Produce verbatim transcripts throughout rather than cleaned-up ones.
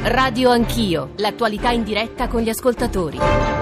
Radio Anch'io, l'attualità in diretta con gli ascoltatori.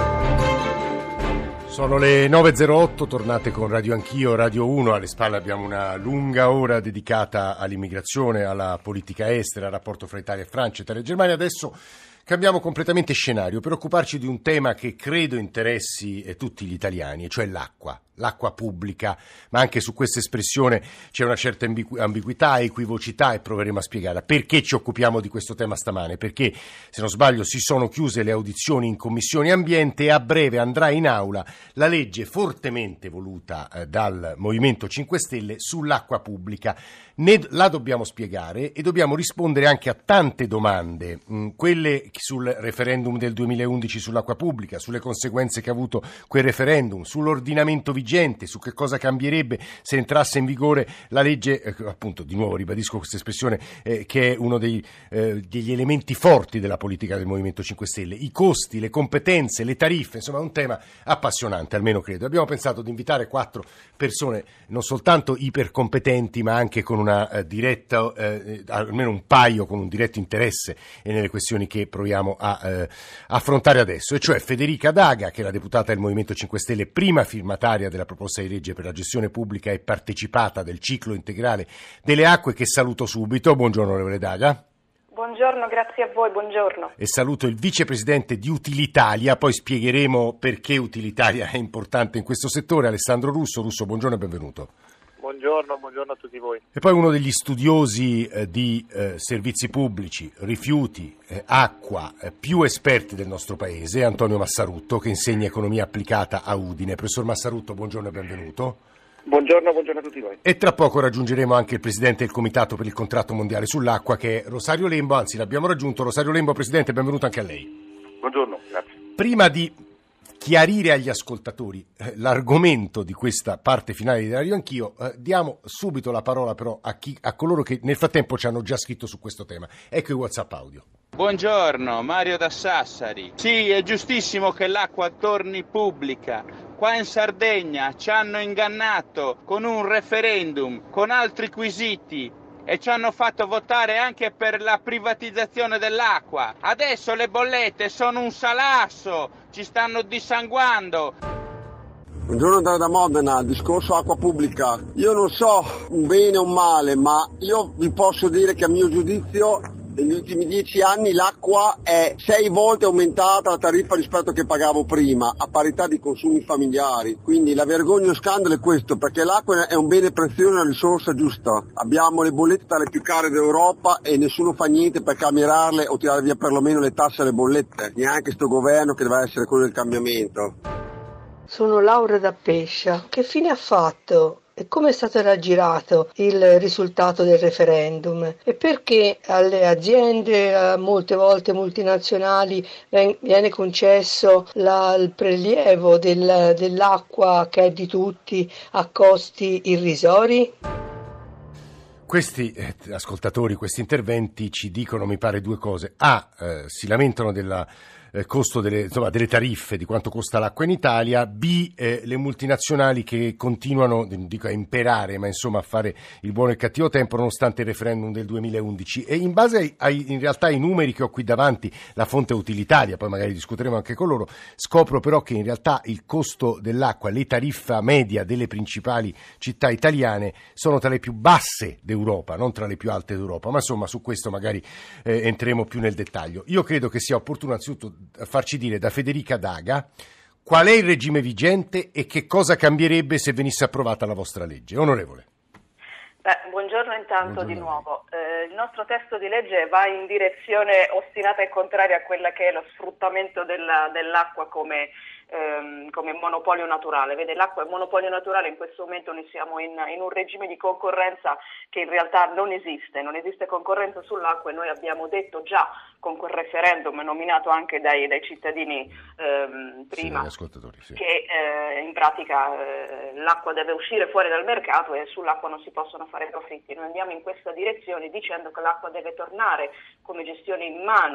Sono le nove e zero otto, tornate con Radio Anch'io, Radio uno. Alle spalle abbiamo una lunga ora dedicata all'immigrazione, alla politica estera, al rapporto fra Italia e Francia, Italia e Germania. Adesso cambiamo completamente scenario per occuparci di un tema che credo interessi eh, tutti gli italiani, e cioè l'acqua. L'acqua pubblica, ma anche su questa espressione c'è una certa ambigu- ambiguità, equivocità, e proveremo a spiegarla. Perché ci occupiamo di questo tema stamane? Perché, se non sbaglio, si sono chiuse le audizioni in Commissione Ambiente e a breve andrà in aula la legge fortemente voluta eh, dal Movimento cinque Stelle sull'acqua pubblica. Ne, la dobbiamo spiegare e dobbiamo rispondere anche a tante domande, mh, quelle sul referendum del duemilaundici sull'acqua pubblica, sulle conseguenze che ha avuto quel referendum, sull'ordinamento vigente, su che cosa cambierebbe se entrasse in vigore la legge, eh, appunto, di nuovo ribadisco questa espressione, eh, che è uno dei, eh, degli elementi forti della politica del Movimento cinque Stelle, i costi, le competenze, le tariffe, insomma è un tema appassionante, almeno credo. Abbiamo pensato di invitare quattro persone non soltanto ipercompetenti, ma anche con una eh, diretta, eh, almeno un paio con un diretto interesse nelle questioni che proviamo a eh, affrontare adesso, e cioè Federica Daga, che è la deputata del Movimento cinque Stelle, prima firmataria della proposta di legge per la gestione pubblica e partecipata del ciclo integrale delle acque, che saluto subito. Buongiorno onorevole Daga. Buongiorno, grazie a voi, buongiorno. E saluto il vicepresidente di Utilitalia, poi spiegheremo perché Utilitalia è importante in questo settore, Alessandro Russo. Russo, buongiorno e benvenuto. Buongiorno, buongiorno a tutti voi. E poi uno degli studiosi eh, di eh, servizi pubblici, rifiuti, eh, acqua, eh, più esperti del nostro paese, Antonio Massarutto, che insegna economia applicata a Udine. Professor Massarutto, buongiorno e benvenuto. Buongiorno, buongiorno a tutti voi. E tra poco raggiungeremo anche il presidente del Comitato per il Contratto Mondiale sull'Acqua, che è Rosario Lembo, anzi l'abbiamo raggiunto. Rosario Lembo, presidente, benvenuto anche a lei. Buongiorno, grazie. Prima di chiarire agli ascoltatori eh, l'argomento di questa parte finale di Radio Anch'io, eh, diamo subito la parola però a, chi, a coloro che nel frattempo ci hanno già scritto su questo tema. Ecco i WhatsApp audio. Buongiorno, Mario da Sassari. Sì, è giustissimo che l'acqua torni pubblica. Qua in Sardegna ci hanno ingannato con un referendum, con altri quesiti, e ci hanno fatto votare anche per la privatizzazione dell'acqua. Adesso le bollette sono un salasso, ci stanno dissanguando. Buongiorno Andrea da Modena, discorso acqua pubblica. Io non so un bene o un male, ma io vi posso dire che a mio giudizio negli ultimi dieci anni l'acqua è sei volte aumentata la tariffa rispetto a che pagavo prima, a parità di consumi familiari. Quindi la vergogna e lo scandalo è questo, perché l'acqua è un bene prezioso, una risorsa giusta. Abbiamo le bollette tra le più care d'Europa e nessuno fa niente per cambiarle o tirare via perlomeno le tasse alle bollette, neanche sto governo che deve essere quello del cambiamento. Sono Laura da Pescia. Che fine ha fatto? E come è stato raggirato il risultato del referendum? E perché alle aziende, molte volte multinazionali, viene concesso la, il prelievo del, dell'acqua che è di tutti a costi irrisori? Questi eh, ascoltatori, questi interventi ci dicono, mi pare, due cose. A, eh, si lamentano del eh, costo delle, insomma, delle tariffe, di quanto costa l'acqua in Italia. B, eh, le multinazionali che continuano, non dico a imperare, ma insomma a fare il buono e il cattivo tempo nonostante il referendum del duemilaundici. E in base ai, ai, in realtà ai numeri che ho qui davanti, la fonte è Utilitalia, poi magari discuteremo anche con loro, scopro però che in realtà il costo dell'acqua, le tariffe media delle principali città italiane sono tra le più basse d'Europa, non tra le più alte d'Europa, ma insomma su questo magari eh, entreremo più nel dettaglio. Io credo che sia opportuno anzitutto farci dire da Federica Daga qual è il regime vigente e che cosa cambierebbe se venisse approvata la vostra legge. Onorevole. Beh, buongiorno intanto Buongiorno. di nuovo. Eh, il nostro testo di legge va in direzione ostinata e contraria a quella che è lo sfruttamento della, dell'acqua come Ehm, come monopolio naturale. Vede, l'acqua è monopolio naturale, in questo momento noi siamo in, in un regime di concorrenza che in realtà non esiste, non esiste concorrenza sull'acqua, e noi abbiamo detto già con quel referendum nominato anche dai, dai cittadini ehm, prima, sì, sì. che eh, in pratica eh, l'acqua deve uscire fuori dal mercato e sull'acqua non si possono fare profitti. Noi andiamo in questa direzione dicendo che l'acqua deve tornare come gestione in mano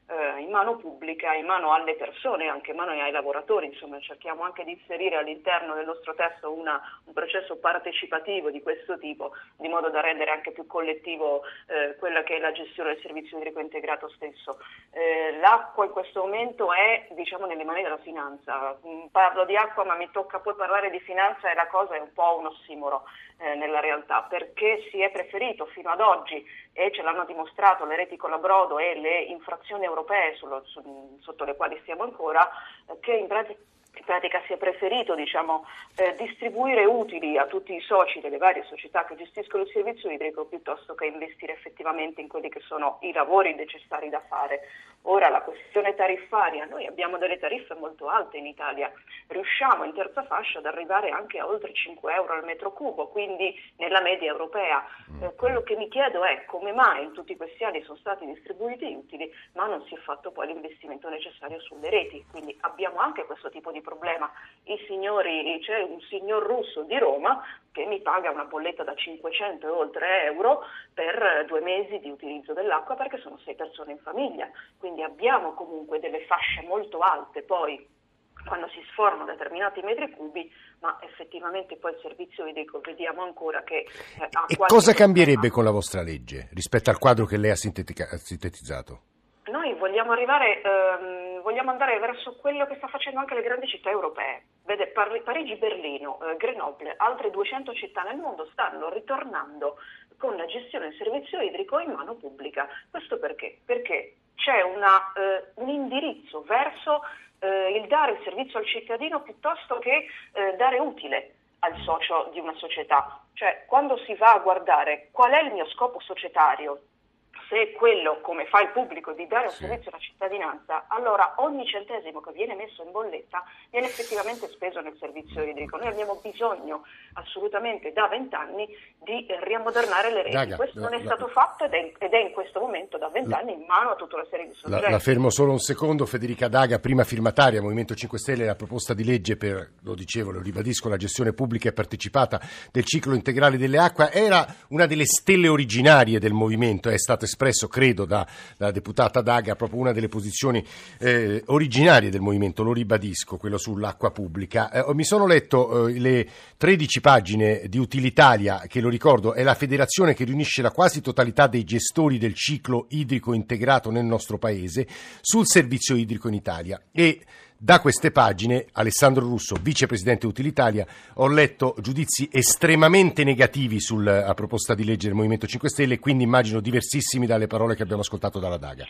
eh, in mano pubblica, in mano alle persone, anche in mano ai lavoratori. Insomma, cerchiamo anche di inserire all'interno del nostro testo una, un processo partecipativo di questo tipo, di modo da rendere anche più collettivo eh, quella che è la gestione del servizio idrico integrato stesso. Eh, l'acqua in questo momento è, diciamo, nelle mani della finanza. Mm, parlo di acqua, ma mi tocca poi parlare di finanza e la cosa è un po' un ossimoro eh, nella realtà, perché si è preferito fino ad oggi, e ce l'hanno dimostrato le reti Colabrodo e le infrazioni europee sullo, su, sotto le quali stiamo ancora, eh, che in pratica In pratica si è preferito diciamo, eh, distribuire utili a tutti i soci delle varie società che gestiscono il servizio idrico piuttosto che investire effettivamente in quelli che sono i lavori necessari da fare. Ora la questione tariffaria, noi abbiamo delle tariffe molto alte in Italia, riusciamo in terza fascia ad arrivare anche a oltre cinque euro al metro cubo, quindi nella media europea. Eh, quello che mi chiedo è come mai in tutti questi anni sono stati distribuiti utili ma non si è fatto poi l'investimento necessario sulle reti, quindi abbiamo anche questo tipo di problema. I signori, c'è un signor russo di Roma che mi paga una bolletta da cinquecento e oltre euro per due mesi di utilizzo dell'acqua perché sono sei persone in famiglia, quindi abbiamo comunque delle fasce molto alte poi quando si sformano determinati metri cubi, ma effettivamente poi il servizio idrico vediamo ancora che eh, ha e qualche cosa cambierebbe problema. con la vostra legge rispetto al quadro che lei ha sintetica- sintetizzato? Noi vogliamo arrivare, ehm, vogliamo andare verso quello che sta facendo anche le grandi città europee. Vede, Par- Parigi, Berlino, eh, Grenoble, altre duecento città nel mondo stanno ritornando con la gestione del servizio idrico in mano pubblica. Questo perché? Perché c'è una, eh, un indirizzo verso eh, il dare il servizio al cittadino piuttosto che eh, dare utile al socio di una società. Cioè, quando si va a guardare qual è il mio scopo societario, se è quello, come fa il pubblico, di dare un Sì. servizio alla cittadinanza, allora ogni centesimo che viene messo in bolletta viene effettivamente speso nel servizio idrico. Noi abbiamo bisogno assolutamente da vent'anni di riammodernare le reti. Daga, questo la, non è la, stato fatto ed è, ed è in questo momento da vent'anni in mano a tutta una serie di La, soggetti. la fermo solo un secondo. Federica Daga, prima firmataria, Movimento cinque Stelle, la proposta di legge per, lo dicevo, lo ribadisco, la gestione pubblica e partecipata del ciclo integrale delle acque, era una delle stelle originarie del movimento, è stato espresso, credo, da, da deputata Daga, proprio una delle posizioni eh, originarie del movimento, lo ribadisco, quello sull'acqua pubblica. Eh, mi sono letto eh, le tredici pagine di Utilitalia, che lo ricordo è la federazione che riunisce la quasi totalità dei gestori del ciclo idrico integrato nel nostro paese, sul servizio idrico in Italia. E da queste pagine, Alessandro Russo, vicepresidente Utilitalia, ho letto giudizi estremamente negativi sulla proposta di legge del Movimento cinque Stelle, quindi immagino diversissimi dalle parole che abbiamo ascoltato dalla Daga.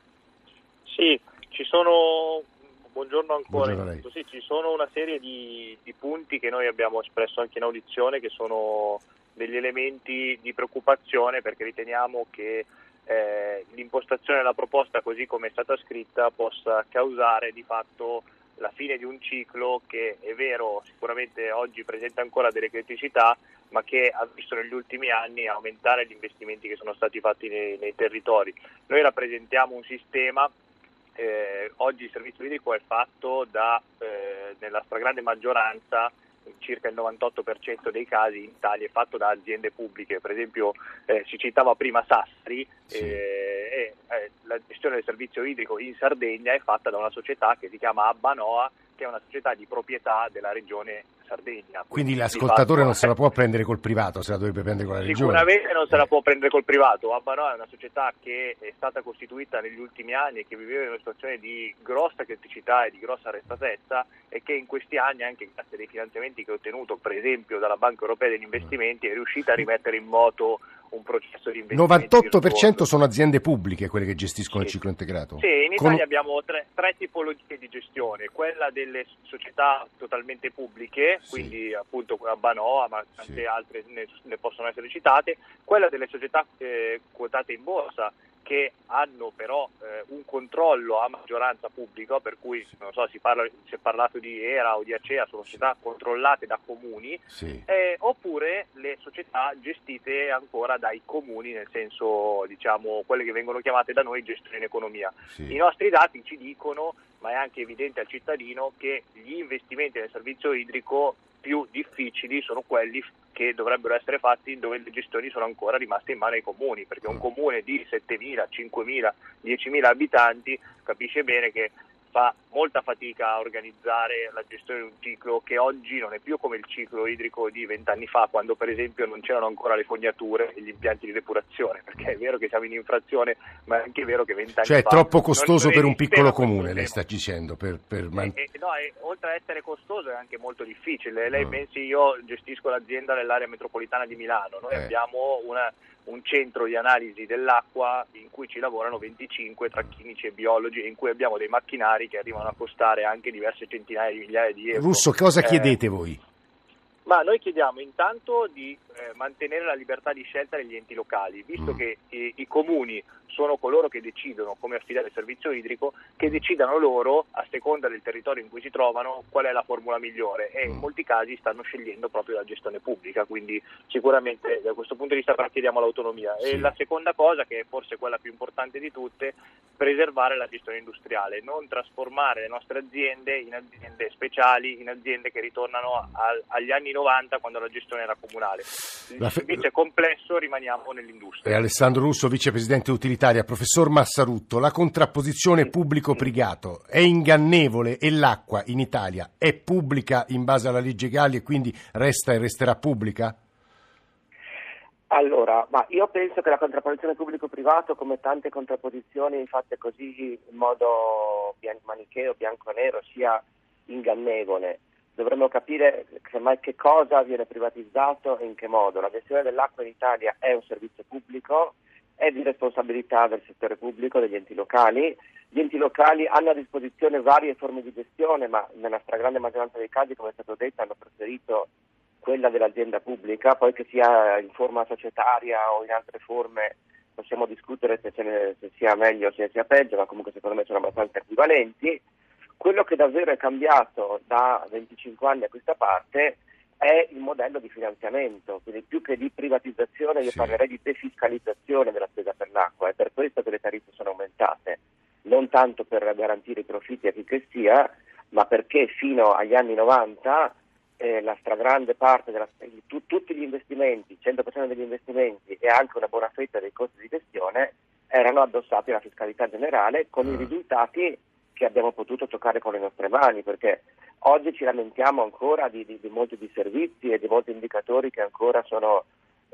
Sì, ci sono, buongiorno ancora, Buongiorno a lei. sì, ci sono una serie di, di punti che noi abbiamo espresso anche in audizione che sono degli elementi di preoccupazione perché riteniamo che eh, l'impostazione della proposta così come è stata scritta possa causare di fatto la fine di un ciclo che è vero sicuramente oggi presenta ancora delle criticità ma che ha visto negli ultimi anni aumentare gli investimenti che sono stati fatti nei, nei territori. Noi rappresentiamo un sistema, eh, oggi il servizio idrico è fatto da, eh, nella stragrande maggioranza, circa il novantotto per cento dei casi in Italia è fatto da aziende pubbliche. Per esempio eh, si citava prima Sassari, Sì. eh, e eh, la gestione del servizio idrico in Sardegna è fatta da una società che si chiama Abbanoa, che è una società di proprietà della regione Sardegna. Quindi di l'ascoltatore fatto, non se la può prendere col privato, se la dovrebbe prendere con la regione. Sicuramente non se la Eh. può prendere col privato. Abbanoa è una società che è stata costituita negli ultimi anni e che viveva in una situazione di grossa criticità e di grossa arretratezza e che in questi anni, anche grazie ai finanziamenti che ha ottenuto, per esempio dalla Banca Europea degli Investimenti, è riuscita a rimettere in moto un processo di investimento. novantotto per cento sono aziende pubbliche quelle che gestiscono Sì. il ciclo integrato? Sì, in Con- Italia abbiamo tre, tre tipologie di gestione, quella delle società totalmente pubbliche, Sì. quindi appunto Abbanoa, ma tante Sì. altre ne, ne possono essere citate, quella delle società eh, quotate in borsa, che hanno però eh, un controllo a maggioranza pubblico, per cui non so, si, parla, si è parlato di ERA o di Acea, sono società controllate da comuni, Sì. eh, oppure le società gestite ancora dai comuni, nel senso diciamo quelle che vengono chiamate da noi gestione in economia. Sì. I nostri dati ci dicono, ma è anche evidente al cittadino, che gli investimenti nel servizio idrico più difficili sono quelli che dovrebbero essere fatti dove le gestioni sono ancora rimaste in mano ai comuni, perché un comune di settemila, cinquemila, diecimila abitanti capisce bene che fa molta fatica a organizzare la gestione di un ciclo che oggi non è più come il ciclo idrico di vent'anni fa, quando per esempio non c'erano ancora le fognature e gli impianti di depurazione, perché è vero che siamo in infrazione, ma è anche vero che vent'anni cioè, fa... Cioè è troppo costoso non per un piccolo questo comune, lei tema. sta dicendo, per... per man- e, e, no, e, oltre a essere costoso è anche molto difficile. Lei Mm. pensi, io gestisco l'azienda nell'area metropolitana di Milano, noi Eh. abbiamo una... un centro di analisi dell'acqua in cui ci lavorano venticinque tra chimici e biologi e in cui abbiamo dei macchinari che arrivano a costare anche diverse centinaia di migliaia di euro. Russo, cosa Eh, chiedete voi? Ma noi chiediamo intanto di eh, mantenere la libertà di scelta degli enti locali, visto Mm. che i, i comuni sono coloro che decidono come affidare il servizio idrico, che decidano loro, a seconda del territorio in cui si trovano, qual è la formula migliore, e in molti casi stanno scegliendo proprio la gestione pubblica, quindi sicuramente da questo punto di vista chiediamo l'autonomia. Sì. E la seconda cosa, che è forse quella più importante di tutte, preservare la gestione industriale, non trasformare le nostre aziende in aziende speciali, in aziende che ritornano a, agli anni novanta, quando la gestione era comunale. Il La fe- servizio è complesso, rimaniamo E nell'industria. Alessandro Russo, vicepresidente utilitaria. Professor Massarutto, la contrapposizione pubblico-privato è ingannevole e l'acqua in Italia è pubblica in base alla legge Galli e quindi resta e resterà pubblica? Allora, ma io penso che la contrapposizione pubblico-privato, come tante contrapposizioni fatte così in modo bian- manicheo, bianco-nero, sia ingannevole. Dovremmo capire semmai che cosa viene privatizzato e in che modo. La gestione dell'acqua in Italia è un servizio pubblico, è di responsabilità del settore pubblico, degli enti locali. Gli enti locali hanno a disposizione varie forme di gestione, ma nella stragrande maggioranza dei casi, come è stato detto, hanno preferito quella dell'azienda pubblica, poi che sia in forma societaria o in altre forme possiamo discutere se, ce ne, se sia meglio o se sia peggio, ma comunque secondo me sono abbastanza equivalenti. Quello che davvero è cambiato da venticinque anni a questa parte è il modello di finanziamento, quindi più che di privatizzazione io Sì. parlerei di defiscalizzazione della spesa per l'acqua, è per questo che le tariffe sono aumentate, non tanto per garantire i profitti a chi che sia, ma perché fino agli anni novanta eh, la stragrande parte, della, tu, tutti gli investimenti, cento per cento degli investimenti e anche una buona fetta dei costi di gestione erano addossati alla fiscalità generale con Mm. i risultati che abbiamo potuto toccare con le nostre mani, perché oggi ci lamentiamo ancora di, di, di molti disservizi e di molti indicatori che ancora sono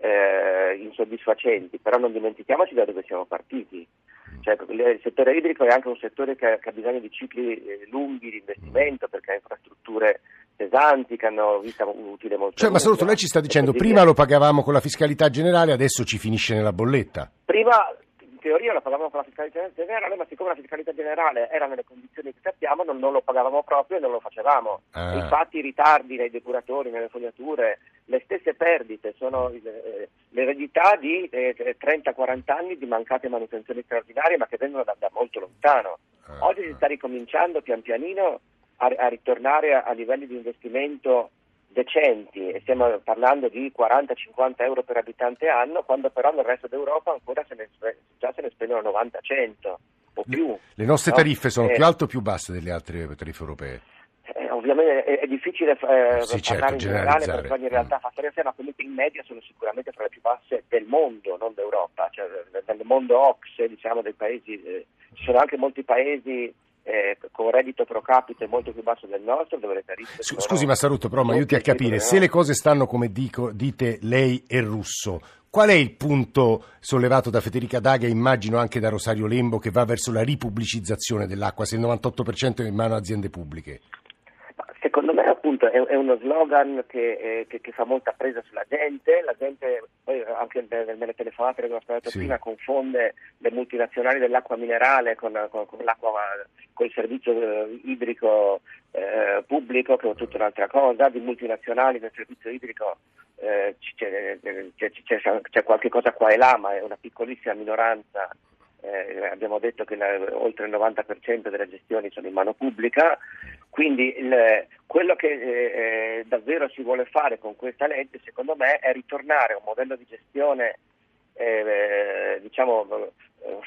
eh, insoddisfacenti, però non dimentichiamoci da dove siamo partiti. Cioè, il settore idrico è anche un settore che, che ha bisogno di cicli eh, lunghi di investimento, perché ha infrastrutture pesanti che hanno vita utile molto Cioè, lunga. Massarutto, lei ci sta dicendo, E così prima via. lo pagavamo con la fiscalità generale, adesso ci finisce nella bolletta. Prima in teoria lo pagavamo con la fiscalità generale, ma siccome la fiscalità generale era nelle condizioni che sappiamo, non, non lo pagavamo proprio e non lo facevamo. Ah. Infatti i ritardi nei depuratori, nelle fognature, le stesse perdite sono eh, l'eredità di eh, trenta quaranta anni di mancate manutenzioni straordinarie, ma che vengono da, da molto lontano. Ah. Oggi si sta ricominciando pian pianino a, a ritornare a, a livelli di investimento decenti, e stiamo parlando di quaranta cinquanta euro per abitante anno, quando però nel resto d'Europa ancora se ne, già se ne spendono novanta cento o più. Le, le nostre no? tariffe sono Eh, più alte o più basse delle altre tariffe europee? eh, ovviamente è, è difficile eh, Sì, certo, parlare in generale, generalizzare. perché ogni realtà fa storia a sé, ma comunque in media sono sicuramente tra le più basse del mondo, non d'Europa, cioè nel mondo O C S E, diciamo, dei paesi, eh, ci sono anche molti paesi eh, con reddito pro capite molto più basso del nostro, dove le tariffe S- sono Scusi Massarutto, però mi aiuti a capire, moltipliche, se no? le cose stanno come dico, dite lei e Russo, qual è il punto sollevato da Federica Daga e immagino anche da Rosario Lembo, che va verso la ripubblicizzazione dell'acqua, se il novantotto per cento è in mano a aziende pubbliche? Ma secondo me appunto è, è uno slogan che, eh, che, che fa molta presa sulla gente, la gente poi anche nelle, nelle telefonate che abbiamo parlato Sì. prima confonde le multinazionali dell'acqua minerale con, con, con l'acqua, con il servizio eh, idrico eh, pubblico, che è tutta un'altra cosa. Di multinazionali del servizio idrico eh, c'è, c'è, c'è, c'è qualche cosa qua e là, ma è una piccolissima minoranza. Eh, abbiamo detto che la, oltre il novanta per cento delle gestioni sono in mano pubblica, quindi il, quello che eh, davvero si vuole fare con questa legge, secondo me, è ritornare a un modello di gestione eh, diciamo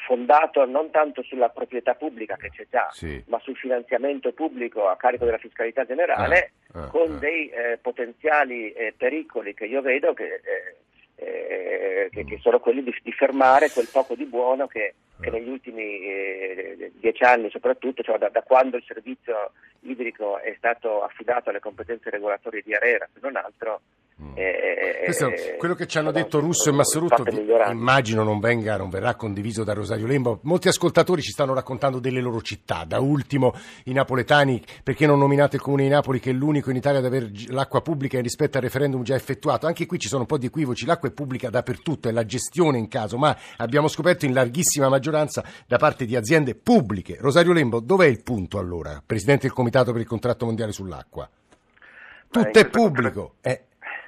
fondato non tanto sulla proprietà pubblica che c'è già, sì. ma sul finanziamento pubblico a carico della fiscalità generale, ah, ah, con ah. dei eh, potenziali eh, pericoli che io vedo che, eh, eh, che, che sono quelli di, di fermare quel poco di buono che, che negli ultimi eh, dieci anni soprattutto, cioè da, da quando il servizio idrico è stato affidato alle competenze regolatorie di ARERA, se non altro. Eh, Questo è quello che ci hanno detto Russo e Massarutto, immagino non venga, non verrà condiviso da Rosario Lembo. Molti ascoltatori ci stanno raccontando delle loro città, da ultimo i napoletani, perché non nominate il comune di Napoli che è l'unico in Italia ad avere l'acqua pubblica in rispetto al referendum già effettuato. Anche qui ci sono un po' di equivoci, l'acqua è pubblica dappertutto, è la gestione in caso, ma abbiamo scoperto in larghissima maggioranza da parte di aziende pubbliche. Rosario Lembo, dov'è il punto allora? Presidente del Comitato per il Contratto Mondiale sull'Acqua. Tutto è pubblico. Eh.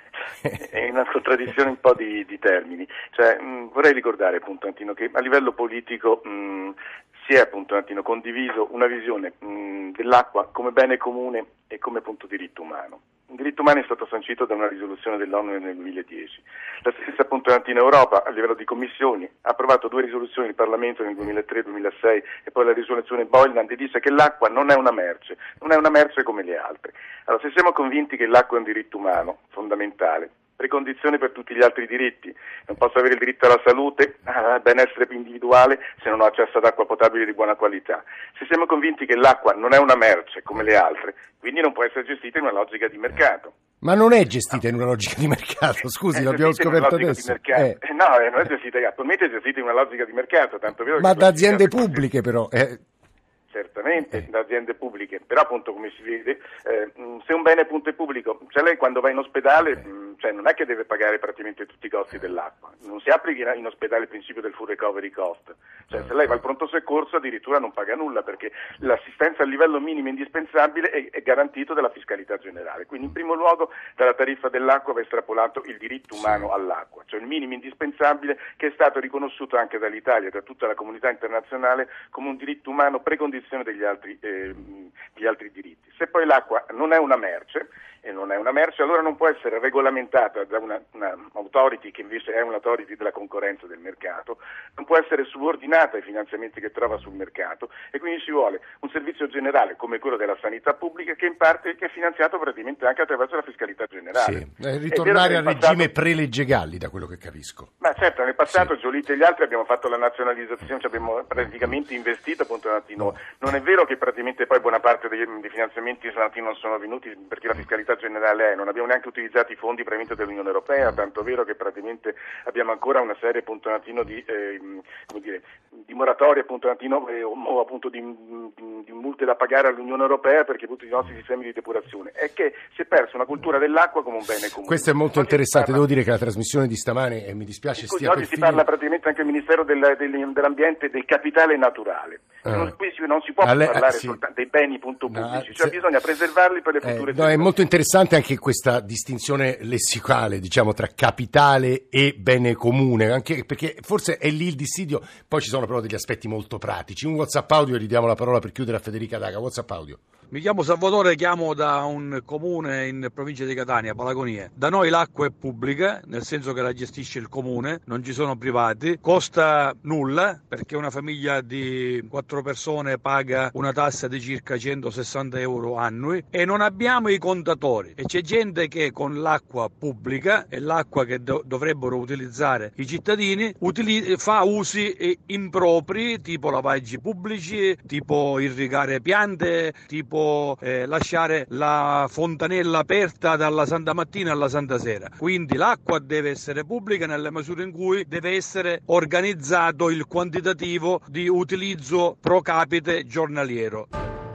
È una contraddizione un po' di, di termini, cioè, mh, vorrei ricordare appunto Antino che a livello politico mh, si è appunto Antino condiviso una visione mh, dell'acqua come bene comune e come appunto diritto umano. Il diritto umano è stato sancito da una risoluzione dell'ONU nel duemiladieci. La stessa appunto in Europa a livello di commissioni ha approvato due risoluzioni del Parlamento nel duemilatré duemilasei e poi la risoluzione Boylan e dice che l'acqua non è una merce, non è una merce come le altre. Allora, se siamo convinti che l'acqua è un diritto umano fondamentale, precondizione per tutti gli altri diritti, non posso avere il diritto alla salute, al benessere individuale se non ho accesso ad acqua potabile di buona qualità. Se siamo convinti che l'acqua non è una merce come le altre, quindi non può essere gestita in una logica di mercato. Ma non è gestita in una logica di mercato, scusi, l'abbiamo scoperto adesso. Eh. No, non è gestita, attualmente è gestita in una logica di mercato, tanto vero. Ma da aziende pubbliche però. Eh. Certamente, eh. da aziende pubbliche, però appunto come si vede, eh, se un bene appunto è pubblico, cioè lei quando va in ospedale, mh, cioè non è che deve pagare praticamente tutti i costi dell'acqua, non si applica in ospedale il principio del full recovery cost, cioè se lei va al pronto soccorso addirittura non paga nulla perché l'assistenza a livello minimo indispensabile è, è garantito dalla fiscalità generale, quindi in primo luogo dalla tariffa dell'acqua va estrapolato il diritto umano all'acqua, cioè il minimo indispensabile che è stato riconosciuto anche dall'Italia e da tutta la comunità internazionale come un diritto umano precondizione degli altri, eh, degli altri diritti. Se poi l'acqua non è una merce, e non è una merce, allora non può essere regolamentata da una, una authority che invece è un'authority della concorrenza del mercato, non può essere subordinata ai finanziamenti che trova sul mercato e quindi ci vuole un servizio generale come quello della sanità pubblica che in parte che è finanziato praticamente anche attraverso la fiscalità generale. Sì. Eh, ritornare al passato... regime pre-legge Galli, da quello che capisco. Ma certo, nel passato sì. Giolitti e gli altri abbiamo fatto la nazionalizzazione, cioè abbiamo praticamente investito appunto di noi. Non è vero che praticamente poi buona parte dei, dei finanziamenti non sono venuti perché la fiscalità generale è, non abbiamo neanche utilizzato i fondi previsti dall'Unione Europea, tanto vero che praticamente abbiamo ancora una serie appunto di, eh, come dire, di moratorie appunto eh, o appunto di, di multe da pagare all'Unione Europea perché tutti i nostri sistemi di depurazione. È che si è persa una cultura dell'acqua come un bene comune. Questo è molto oggi interessante, parla... devo dire che la trasmissione di stamane, e mi dispiace Scusi, stia oggi per si finire... parla praticamente anche il Ministero del, del, dell'Ambiente del capitale naturale. Ah. Non, qui non si può Ale... parlare sì. soltanto dei beni punto pubblici, no, cioè se... bisogna preservarli per le future eh, no, è molto interessante anche questa distinzione lessicale, diciamo, tra capitale e bene comune, anche perché forse è lì il dissidio. Poi ci sono però degli aspetti molto pratici. Un WhatsApp audio, gli diamo la parola per chiudere a Federica Daga. WhatsApp audio. Mi chiamo Salvatore, chiamo da un comune in provincia di Catania, Palagonie. Da noi l'acqua è pubblica, nel senso che la gestisce il comune, non ci sono privati, costa nulla perché una famiglia di quattro persone paga una tassa di circa centosessanta euro annui e non abbiamo i contatori e c'è gente che con l'acqua pubblica e l'acqua che do- dovrebbero utilizzare i cittadini utili- fa usi impropri, tipo lavaggi pubblici, tipo irrigare piante, tipo Eh, lasciare la fontanella aperta dalla Santa Mattina alla Santa Sera. Quindi l'acqua deve essere pubblica nella misura in cui deve essere organizzato il quantitativo di utilizzo pro capite giornaliero.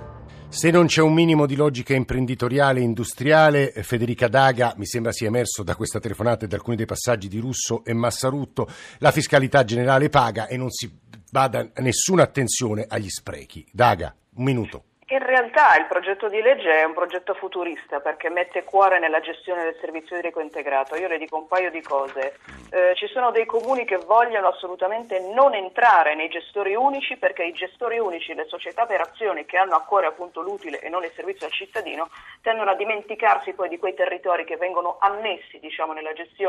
Se non c'è un minimo di logica imprenditoriale e industriale, Federica Daga, mi sembra sia emerso da questa telefonata e da alcuni dei passaggi di Russo e Massarutto, la fiscalità generale paga e non si bada nessuna attenzione agli sprechi. Daga, un minuto. In realtà il progetto di legge è un progetto futurista perché mette cuore nella gestione del servizio idrico integrato. Io le dico un paio di cose. Eh, ci sono dei comuni che vogliono assolutamente non entrare nei gestori unici perché i gestori unici, le società per azioni che hanno a cuore appunto l'utile e non il servizio al cittadino, tendono a dimenticarsi poi di quei territori che vengono annessi, diciamo, nella gestione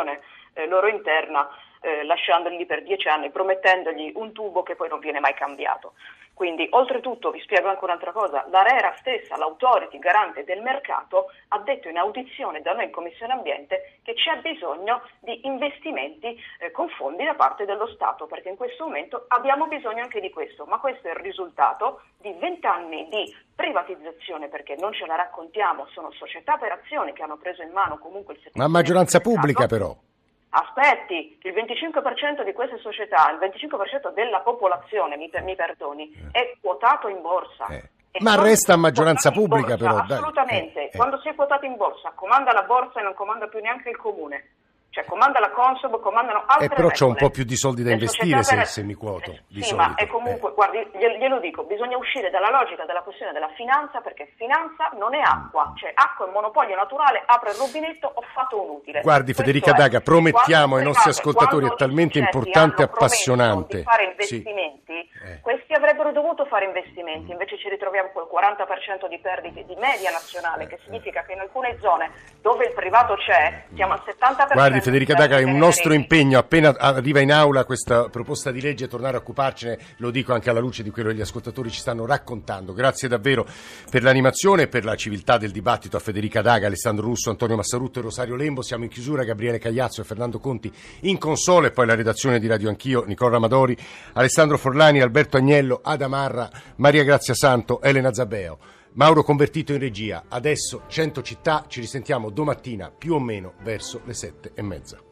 eh, loro interna, eh, lasciandoli lì per dieci anni, promettendogli un tubo che poi non viene mai cambiato. Quindi, oltretutto, vi spiego anche un'altra cosa, l'ARERA stessa, l'autority garante del mercato, ha detto in audizione da noi in Commissione Ambiente che c'è bisogno di investimenti eh, con fondi da parte dello Stato, perché in questo momento abbiamo bisogno anche di questo, ma questo è il risultato di vent'anni di privatizzazione, perché non ce la raccontiamo, sono società per azioni che hanno preso in mano comunque il servizio. Ma maggioranza pubblica però. Aspetti, il venticinque per cento di queste società, il venticinque per cento della popolazione, mi, mi perdoni, è quotato in borsa. Eh. Ma resta a maggioranza pubblica borsa, però. Dai. Assolutamente, eh, eh. quando si è quotato in borsa comanda la borsa e non comanda più neanche il comune. Cioè comanda la Consob, comandano altre eh, però regole. c'ho un po' più di soldi da Le investire se, per... se mi quoto. Eh, di sì, solito. ma è comunque, eh. guardi, glielo dico, bisogna uscire dalla logica della questione della finanza, perché finanza non è acqua, cioè acqua è monopolio naturale, apre il rubinetto, ho fatto un utile. Guardi Questo Federica è. Daga, promettiamo ai nostri private, ascoltatori, è talmente importante e appassionante. Di fare investimenti, sì. eh. questi avrebbero dovuto fare investimenti, invece ci ritroviamo col quaranta per cento di perdite di media nazionale, che significa che in alcune zone dove il privato c'è siamo al settanta per cento. Guardi Federica Daga, è un nostro impegno, appena arriva in aula questa proposta di legge, tornare a occuparcene, lo dico anche alla luce di quello che gli ascoltatori ci stanno raccontando. Grazie davvero per l'animazione e per la civiltà del dibattito a Federica Daga, Alessandro Russo, Antonio Massarutto e Rosario Lembo. Siamo in chiusura, Gabriele Cagliazzo e Fernando Conti in console, e poi la redazione di Radio Anch'io, Nicola Ramadori, Alessandro Forlani, Alberto Agnello, Ada Marra, Maria Grazia Santo, Elena Zabeo, Mauro Convertito in regia. Adesso cento città, ci risentiamo domattina più o meno verso le sette e mezza.